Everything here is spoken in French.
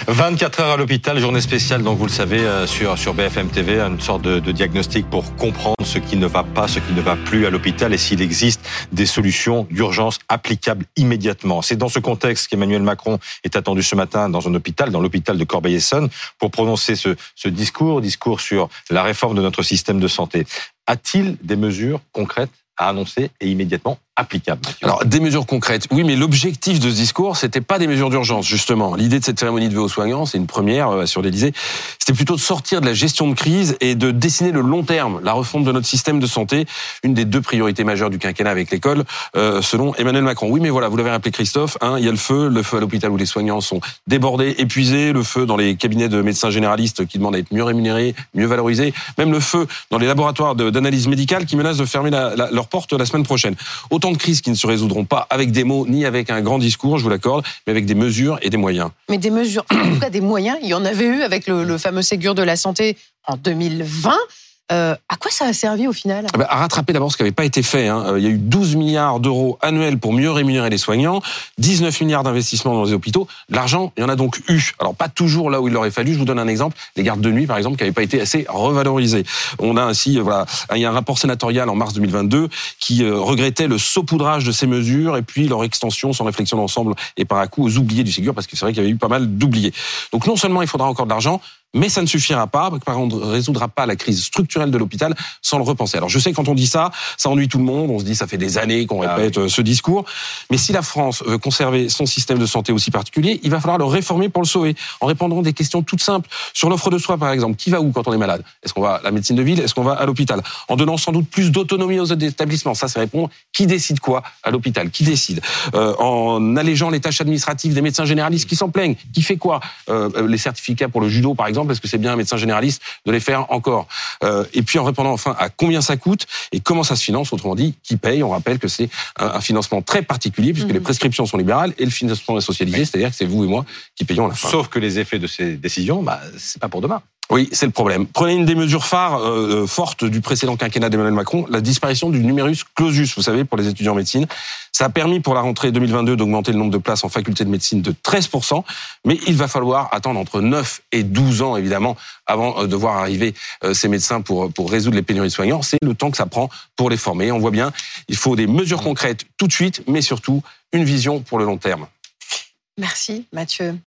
24 heures à l'hôpital, journée spéciale, donc vous le savez, sur BFM TV, une sorte de diagnostic pour comprendre ce qui ne va pas, ce qui ne va plus à l'hôpital et s'il existe des solutions d'urgence applicables immédiatement. C'est dans ce contexte qu'Emmanuel Macron est attendu ce matin dans un hôpital, dans l'hôpital de Corbeil-Essonnes, pour prononcer ce discours sur la réforme de notre système de santé. A-t-il des mesures concrètes à annoncer et immédiatement applicables, Mathieu? Alors, des mesures concrètes, oui, mais l'objectif de ce discours, c'était pas des mesures d'urgence, justement. L'idée de cette cérémonie de vœux aux soignants, c'est une première sur l'Élysée, c'était plutôt de sortir de la gestion de crise et de dessiner le long terme, la refonte de notre système de santé, une des deux priorités majeures du quinquennat avec l'école, selon Emmanuel Macron. Oui, mais voilà, vous l'avez rappelé, Christophe, il y a le feu à l'hôpital où les soignants sont débordés, épuisés, le feu dans les cabinets de médecins généralistes qui demandent à être mieux rémunérés, mieux valorisés, même le feu dans les laboratoires d'analyse médicale qui menacent de fermer leurs portes la semaine prochaine. Autant de crises qui ne se résoudront pas avec des mots ni avec un grand discours, je vous l'accorde, mais avec des mesures et des moyens. Mais des mesures, en tout cas des moyens, il y en avait eu avec le fameux Ségur de la santé en 2020. À quoi ça a servi au final ? À rattraper d'abord ce qui n'avait pas été fait. Il y a eu 12 milliards d'euros annuels pour mieux rémunérer les soignants, 19 milliards d'investissements dans les hôpitaux. L'argent, il y en a donc eu. Alors pas toujours là où il aurait fallu. Je vous donne un exemple. Les gardes de nuit, par exemple, qui n'avaient pas été assez revalorisés. On a ainsi, il y a un rapport sénatorial en mars 2022 qui regrettait le saupoudrage de ces mesures et puis leur extension sans réflexion d'ensemble et par à-coup aux oubliés du Ségur, parce que c'est vrai qu'il y avait eu pas mal d'oubliés. Donc non seulement il faudra encore de l'argent, mais ça ne suffira pas, par contre, ne résoudra pas la crise structurelle de l'hôpital sans le repenser. Alors je sais que quand on dit ça ennuie tout le monde, on se dit ça fait des années qu'on répète ce discours, mais si la France veut conserver son système de santé aussi particulier, il va falloir le réformer pour le sauver, en répondant des questions toutes simples sur l'offre de soins par exemple. Qui va où quand on est malade ? Est-ce qu'on va à la médecine de ville ? Est-ce qu'on va à l'hôpital ? En donnant sans doute plus d'autonomie aux établissements, ça c'est répondre qui décide quoi à l'hôpital ? Qui décide ? En allégeant les tâches administratives des médecins généralistes qui s'en plaignent, qui fait quoi ? Les certificats pour le judo par exemple, est-ce que c'est bien un médecin généraliste de les faire encore ? Et puis en répondant enfin à combien ça coûte et comment ça se finance, autrement dit, qui paye ? On rappelle que c'est un financement très particulier puisque les prescriptions sont libérales et le financement est socialisé, c'est-à-dire que c'est vous et moi qui payons à la fin. Sauf que les effets de ces décisions, c'est pas pour demain. Oui, c'est le problème. Prenez une des mesures phares fortes du précédent quinquennat d'Emmanuel Macron, la disparition du numerus clausus, vous savez, pour les étudiants en médecine. Ça a permis pour la rentrée 2022 d'augmenter le nombre de places en faculté de médecine de 13%, mais il va falloir attendre entre 9 et 12 ans, évidemment, avant de voir arriver ces médecins pour résoudre les pénuries de soignants. C'est le temps que ça prend pour les former. On voit bien, il faut des mesures concrètes tout de suite, mais surtout une vision pour le long terme. Merci Mathieu.